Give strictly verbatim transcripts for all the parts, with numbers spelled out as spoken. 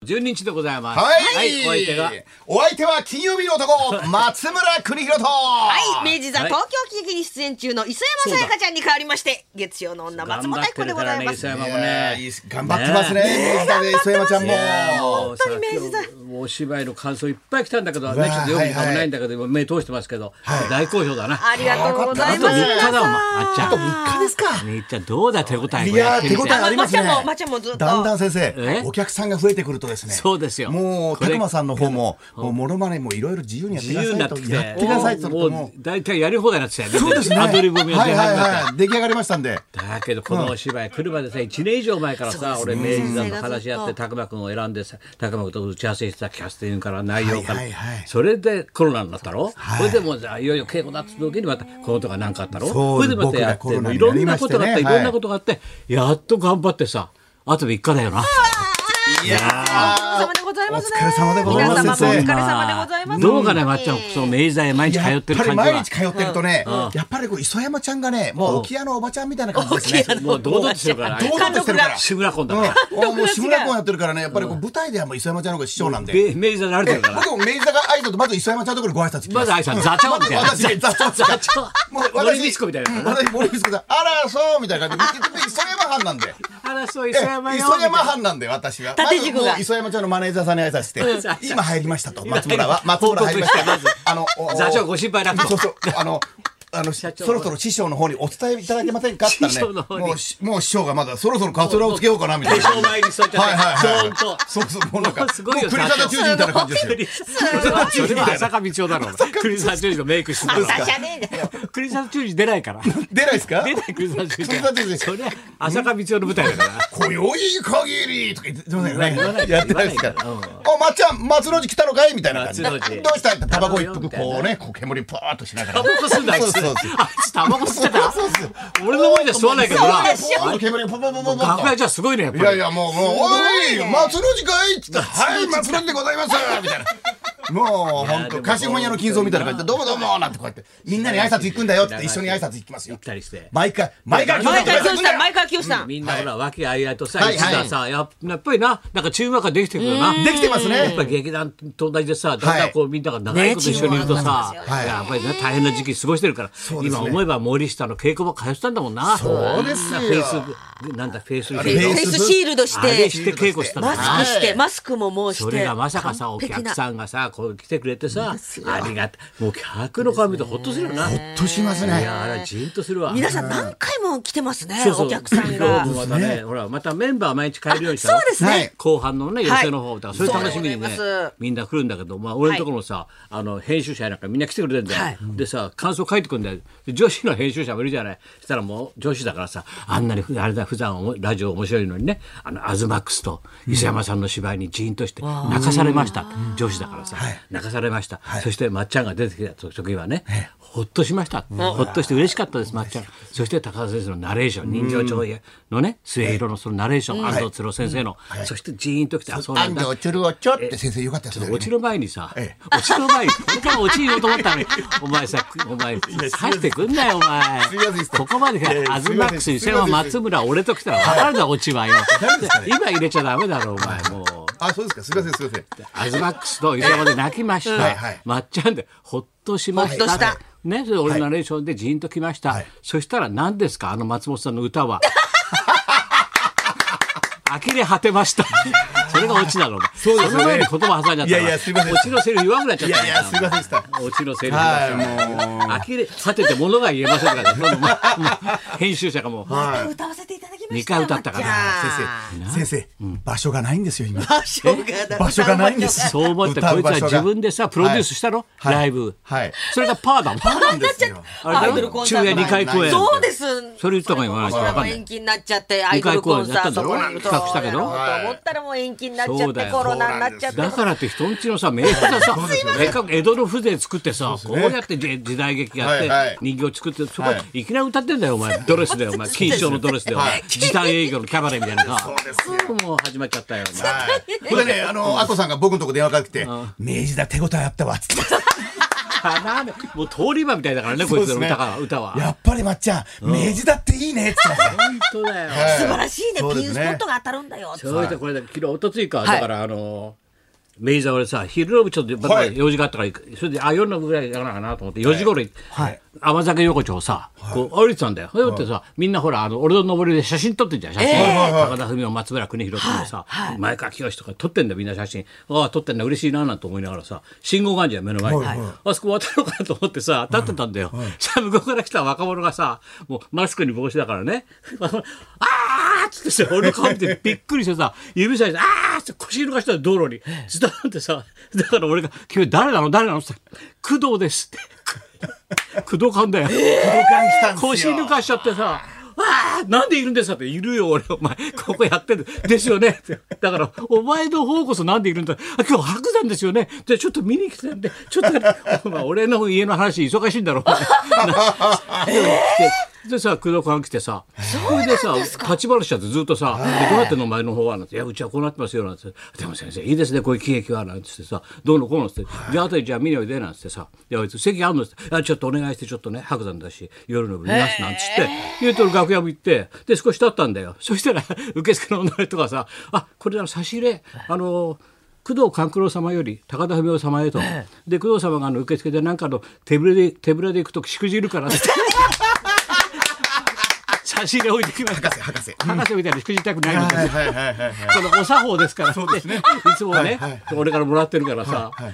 じゅうににちでございます。 はい、 はい、お相手がお相手は金曜日の男松村邦弘とはい明治座東京喜劇に出演中の磯山さやかちゃんに代わりまして月曜の女松本明子でございます。 頑張ってるからね、 いや頑張ってますね、明治座で磯山ちゃんも本当に明治座お芝居の感想いっぱい来たんだけどね、ちょっと読むかもないんだけど、はいはい、目通してますけど、はい、大好評だな。 ありがとうございます。 あとみっかだもん、あっちゃん。 あとみっかですか。 みっちゃんどうだ手応え。 いや手応えありますね。 まっちゃんもまっちゃんもずっとだんだん先生お客さんが増えてくるとですね、 そうですよ。 もう拓磨さんの方ももうモノマネもいろいろ自由にやってくださいとやってくださいともう大体やり放題になってたよね。 そうですね。 アドリブもやってはいはいはい出来上がりましたんで。 だけどこのお芝居来るまでさいちねん以上前からさ、俺明治座の話やって拓磨君を選んでさ、拓磨君と打ち合わせしてたキャスティングから内容から、それでコロナになったろ。それでもういよいよ稽古だっつった時にまたこのとか何かあったろ。それでまたやっていろんなことがあっていろんなことがあってやっと頑張ってさ、あとみっかだよな。 いやーお疲れ様でございますね。 お疲れ様でございます。 皆様もお疲れ様でございます。 どうかね、まっちゃん、その明治座へ毎日通ってる感じは。 やっぱり毎日通ってるとね、やっぱりこう磯山ちゃんがね、もう沖屋のおばちゃんみたいな感じですね。 もう堂々としてるから。 堂々としてるから。 志村コンだから。 もう志村コンやってるからね、やっぱりこう舞台ではもう磯山ちゃんの方が師匠なんで。 明治座慣れてるから。 僕も明治座が挨拶まず磯山ちゃんのところにご挨拶来ます。 まず挨拶座長みたいな。 私座長座長。 もう私森光子みたいな。 私森光子さん、あらそうみたいな感じで磯山藩なんで。 あらそう磯山磯山藩なんで私は。 縦軸が。 磯山ちゃんのマネージャーさんに挨拶して、今入りましたと、松村は松村入りました。あの座長ご心配なく。 そうそうあの。あのそろそろ師匠の方にお伝えいただけませんかって言ったらね、もうもう師匠がまだそろそろカツラをつけようかなみたいな。 はいはいはい。 そうそうもうなんかすごいよ。栗沢忠治みたいな感じですよ。 それは浅香光代だろう。栗沢忠治のメイクしてるから。栗沢忠治出ないから。 出ないですか？ 出ない栗沢忠治。それ浅香光代の舞台だから。 今宵限りとか言ってませんよね。やってないですから。おまっちゃん松の字来たのかいみたいな感じ。どうしたってタバコ一服こうね煙パーッとしながら。 タバコ吸うんだ。あいつタバコ吸ってた。俺の前じゃ吸わないけどな。 煙ポポポポポ。 楽屋じゃすごいねやっぱり。 いやいやもうもうおい松の字かいっつってはい松の字でございますみたいな。もう本当貸本屋の金蔵みたいな感じでどうもどうもなんてこうやってみんなに挨拶行くんだよって一緒に挨拶行きますよ。 行ったりして。 毎回毎回毎回清さん毎回清さん。 みんなほら和気あいあいとさ一度さやっぱりななんかチームワークができてくるな。 できてますね。 やっぱり劇団と同じでさだんだんこうみんなが長いこと一緒にいるとさやっぱりね大変な時期過ごしてるから今思えば森下の稽古場通ってたんだもんな。 そうですよ。 フェイスなんだフェイスフェイスシールドしてあれして稽古したマスクしてマスクももうしてそれがまさかさお客さんがさこう来てくれてさありがたもう客の顔見るとほっとするよな。 ほっとしますね。 いやあれじんとするわ。 皆さん何回も来てますねお客さんが。 またねほらまたメンバー毎日変えるようにしたそうですね。 後半のね寄席の方だからそれ楽しみにねみんな来るんだけどまあ俺のところのさあの編集者なんかみんな来てくれてんだよ。でさ感想書いてくるんだよ。女子の編集者もいるじゃない。そしたらもう女子だからさあんなにあれだ普段ラジオ面白いのにねあのアズマックスと磯山さんの芝居にジーンとして泣かされました女子だからさ泣かされました。そしてまっちゃんが出てきた時はねほっとしました。ほっとして嬉しかったですまっちゃん。そして高田先生のナレーション人形町のね末広のそのナレーション安藤鶴先生のそしてジーンときてあそうなんだ安藤鶴をちょって先生よかったですね。 落ちる前にさ落ちる前にこれから落ちようと思ったのにお前さお前入ってくんなよお前ここまでアズマックス伊勢山松村俺と来たら分かるだ落ちはよ今入れちゃダメだろお前もう。 あそうですかすみませんすみません。 アズマックスと伊勢山で泣きましたまっちゃんでほっとしましたね。それ俺のナレーションでジーンときましたそしたら何ですかあの松本さんの歌は呆れ果てましたそれがオチなの。そうですね。その前に言葉挟んじゃったから。いやいやすみません。オチのセリフ言わんくなっちゃった。 いやいやすみませんでした。 オチのセリフが呆れ果てて物が言えませんから。編集者がもう歌わせていただきました。 にかい歌ったから。 先生先生場所がないんですよ今。 場所が場所がないんです。 そう思ってこいつは自分でさプロデュースしたのライブ。それがパーだもん。 パーなんですよ。 アイドルコンサート。 昼夜にかい公演。 そうです。 それ言ったか言わないと分かんない。 延期になっちゃってアイドルコンサート企画したけど。 思ったらもう延期になっちゃってコロナになっちゃってだからって人んちのさ名札させっかく江戸の風情作ってさこうやって時代劇やって人形作ってそこいきなり歌ってんだよお前ドレスでお前金賞のドレスで時短営業のキャバレーみたいなさもう始まっちゃったよお前。 これねあのアコさんが僕のとこ電話かけて明治だ手応えあったわっつってかなもう通り魔みたいだからねこいつの歌が歌は。 やっぱりまっちゃん明治だっていいねって言って本当だよ。 素晴らしいね。ピンスポットが当たるんだよ。 そういこれ昨日おとついかだからあの。明治座でさ昼の部ちょっと用事があったからそれであ夜の部ぐらいやらなかなと思ってよじ頃甘酒横丁をさこう歩いてたんだよ。それってさみんなほらあの俺の登りで写真撮ってんじゃん写真高田文夫松村邦洋とかさ前川清とか撮ってんだよみんな写真。ああ撮ってんだ嬉しいななんて思いながらさ信号があるじゃん目の前にあそこ渡ろうかなと思ってさ立ってたんだよ。さあ向こうから来た若者がさもうマスクに帽子だからねあーっつってさ俺の顔見てびっくりしてさ指さしてあーって腰抜かした道路にズタンってさだから俺が「君誰なの誰なの?」って「工藤です」って工藤館だよ。腰抜かしちゃってさ「ああなんでいるんですか?」って「いるよ俺お前ここやってるですよね」ってだから「お前の方こそなんでいるんだ?」あ「今日白山ですよね」じゃちょっと見に来てたんでちょっと、ね、お前俺の家の話忙しいんだろうでさ工藤館来てさそれでさ立ち話しちゃってずっとさ「でどうやってんのお前の方は」なんて「いやうちはこうなってますよ」なんて「でも先生いいですねこういう喜劇は」なんてってさ「どうのこうの」って「じゃあ後でじゃあ見においで」なんてってさ「いやあいつ席あんの?」って「あちょっとお願いしてちょっとね白山だし夜の部見ます」なんつって言うと楽屋も行ってで少し経ったんだよ。そしたら受付の女の人がさ「あこれは差し入れあの工藤官九郎様より高田文夫様へと、ええ、で工藤様があの受付で何かの手ぶらで手ぶらで行くとしくじるからって差し入れ置いてきました。 博士博士博士みたいにしくじりたくないのですこのお作法ですからって、ね、いつもね、はいはい、俺からもらってるからさ、はいはい、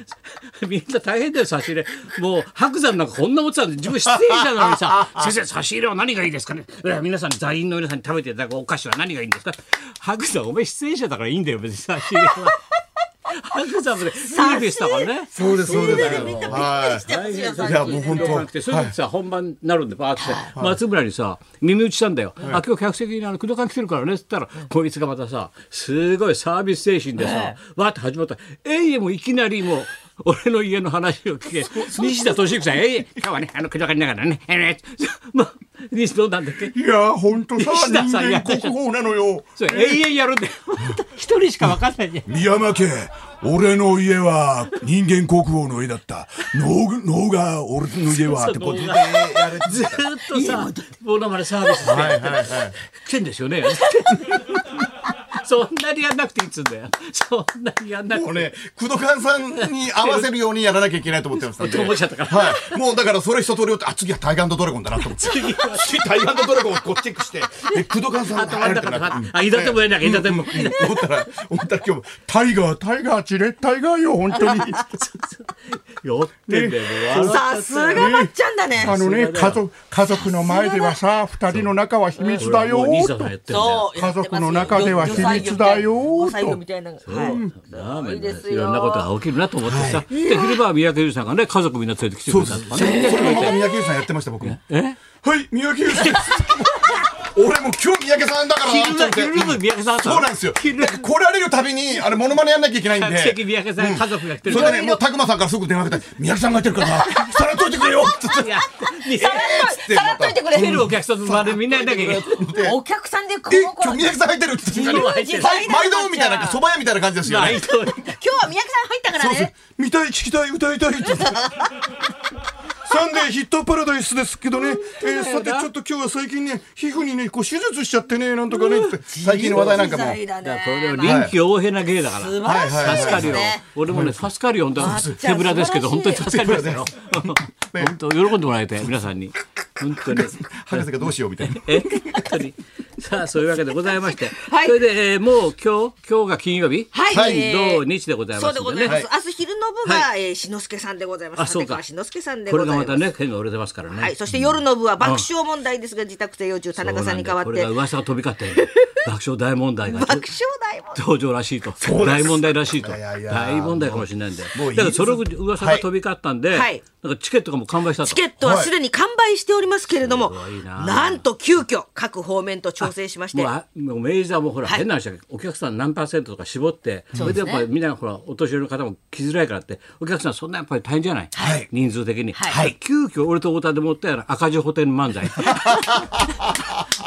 みんな大変だよ差し入れ。もう白山なんかこんな持ってたんで自分出演者なのにさ先生差し入れは何がいいですかね皆さん座員の皆さんに食べていただくお菓子は何がいいんですか。白山お前出演者だからいいんだよ別に差し入れは白山でビーベしたからね。 そうですそうです。 みんなびっくりしてますよ。 いやもう本当。 それでさ本番になるんでバーって松村にさ耳打ちしたんだよ。あ今日客席にあの工藤館来てるからねっつったらこいつがまたさすごいサービス精神でさわーって始まったえいえもいきなりもう俺の家の話を聞け西田敏行さんえい今日はねあの工藤館だからねえねまあ西どうなんだっけ。 いや本当さ人間国宝なのよ。 それ永遠やるんだよ一人しか分かんないじゃん。 三山家俺の家は人間国宝の家だった能能が俺の家はってことでやるずっとさモノマネサービスで来てんですよねそんなにやんなくていいっつうんだよ。そんなにやんなくてもうね工藤館さんに合わせるようにやらなきゃいけないと思ってましたんでと思っちゃったから、 はい、もうだからそれ一通りよってあ次はタイガー&ドラゴンだなと思って次タイガー&ドラゴンをこうチェックしてえ工藤館さんが入るってなってあ、いだてもやんなきゃいだても思ったら思ったら今日もタイガータイガーチレタイガーよ本当に酔ってんだよね。 さすがまっちゃんだね。 あのね家族家族の前ではさ二人の仲は秘密だよと家族の中では秘密だよと最後みたいな。はいいですよ。いろんなことが起きるなと思ってさで昼間は三宅裕司さんがね家族みんな連れてきてくれたとかね。 それも三宅裕司さんやってました僕も。えはい三宅裕司俺も今日三宅さんだから昼の部三宅さんそうなんですよ。来られるたびにあれモノマネやんなきゃいけないんで客席三宅さん家族が来てるそれでねもう拓磨さんからすぐ電話かけて三宅さんがいてるからさらっといてくれよってさらっといてくれ来るお客さんの周りみんなやんなきゃいけないお客さんでこの頃え今日三宅さん入ってるって毎度みたいな蕎麦屋みたいな感じですよね。 今日は三宅さん入ったからね。 見たい聞きたい歌いたいってサンデーヒットパラダイスですけどね、えー、さてちょっと今日は最近ね皮膚にねこう手術しちゃってねなんとかねって最近の話題なんかもだからこれは臨機応変な芸だから助かるよ。俺もね助かるよ手ぶらですけど本当に助かりますよ本当喜んでもらえて皆さんに本当に博士がどうしようみたいなえ本当にさあそういうわけでございまして、はい、それで、えー、もう今日今日が金曜日、 はい、 土日でございますのでね。 はい、明日昼の部が、はいえー、志の輔さんでございます。 あそうか志の輔さんでございます。 これがまたね剣が売れてますからね。 はい、そして夜の部は爆笑問題ですが、うん、自宅静養中田中さんに代わってこれが噂が飛び交って爆笑大問題が爆笑大問題登場らしいと大問題らしいと大問題かもしれないんでだからその噂が飛び交ったんで、はい、なんかチケットがもう完売したと。 チケットはすでに完売しておりますけれども、はい、な, なんと急遽各方面と調整しましてもう明治座もほら、はい、変な話だけどお客さん何パーセントとか絞ってそれでやっぱりみんなほらお年寄りの方も来づらいからってお客さんそんなやっぱり大変じゃない、はい、人数的に、はい、急遽俺と太田で持ったような赤字補填漫才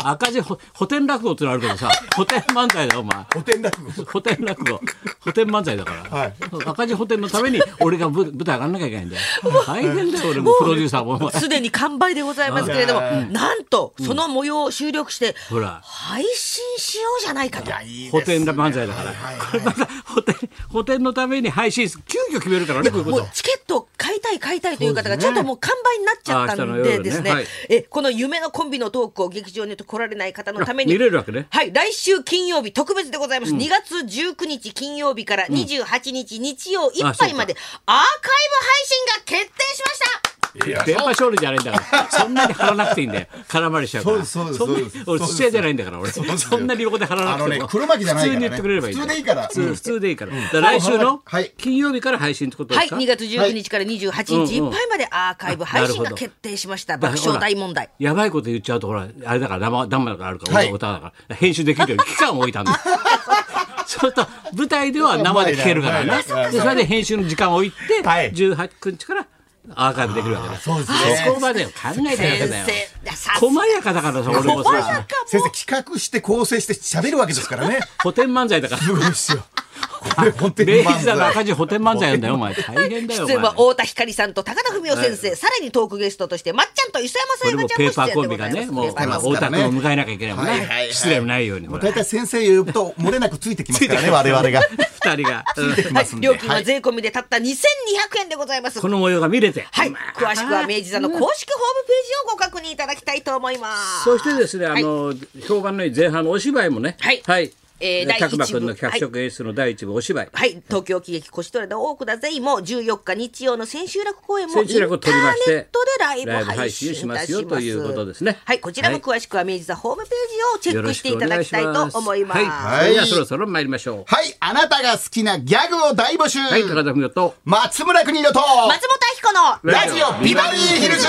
赤字ほ補填落語ってのあるけどさ、補填漫才だよお前。 補填落語。 補填落語、補填漫才だから、 はい、 赤字補填のために俺が舞台上がんなきゃいけないんだよ。大変だよ俺もプロデューサーも。 すでに完売でございますけれども、なんとその模様を収録して配信しようじゃないかと。 補填漫才だから、これまた補填補填のために配信急遽決めるからね。こういうこと。 もうチケット買いたい買いたいという方がちょっともう完売になっちゃったんでですね、はい、えこの夢のコンビのトークを劇場にと来られない方のために見れるわけね。 はい、来週金曜日特別でございます、うん、にがつじゅうくにち金曜日からにじゅうはちにち日曜いっぱいまでアーカイブ配信が決定しました。 電波勝利じゃないんだからそんなに張らなくていいんだよ。空回りしちゃうから。 そうですそうです俺土屋じゃないんだから俺。そんなに横で張らなくても黒巻きじゃないからね。 普通に言ってくれればいい。 普通でいいから。 普通でいいから。来週の金曜日から配信ってことですか。 はい、にがつじゅうくにちからにじゅうはちにちいっぱいまでアーカイブ配信が決定しました。爆笑大問題。 やばいこと言っちゃうとほらあれだから生生だからあるから歌だから編集できるように期間を置いたんだ。そうすると舞台では生で聴けるからね。それで編集の時間を置いてじゅうはちにちからアーカイブできるわけだ。 そうですね。 そこまで考えてるわけだよ。細やかだからさ、俺もさ。 先生企画して構成して喋るわけですからね。 補填漫才だから。 すごいですよ。これ補填漫才。明治座の赤字補填漫才なんだよお前。大変だよ。 出演は太田光さんと高田文夫先生、さらにトークゲストとしてまっちゃんと磯山さやかちゃんも出演でございます。 ペーパーコンビがね、もう太田君を迎えなきゃいけないもんね。失礼もないように。 大体先生言うと漏れなくついてきますからね我々が。 二人が。 料金は税込みでたったにせんにひゃくえんでございます。 この模様が見れて。 はい。詳しくは明治座の公式ホームページをご確認いただきたいと思います。 そしてですね、あの評判のいい前半のお芝居もね。はい。はい。 えー、第拓磨君の脚色演出の第一部お芝居、 はい、東京喜劇こしとらだ大倉ゼイもじゅうよっか日曜の千秋楽公演も千秋楽を取りましてインターネットでライブ配信しますよということですね。 はい、こちらも詳しくは明治座ホームページをチェックしていただきたいと思います。 はい、はい、ではそろそろ参りましょう。 はい、あなたが好きなギャグを大募集。 はい、高田文夫と松村邦洋と松本明子のラジオビバリーヒルズ。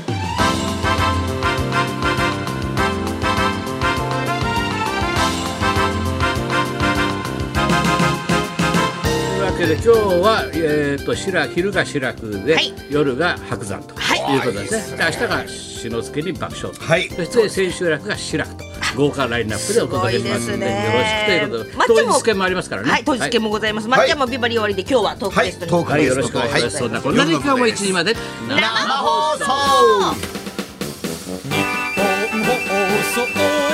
今日は、えー、と白昼が志らくで、はい、夜が白山ということですね。で明日が志の輔に爆笑と、はい、そして千秋楽が志らくと豪華ラインナップでお届けしますので、よろしくということで当日券もありますからね。 はい、当日券もございます。まっちゃんもビバリー終わりで今日はトークゲストに、 はい、よろしくお願いします。そんなこんなで今日もいちじまで生放送。 日本放送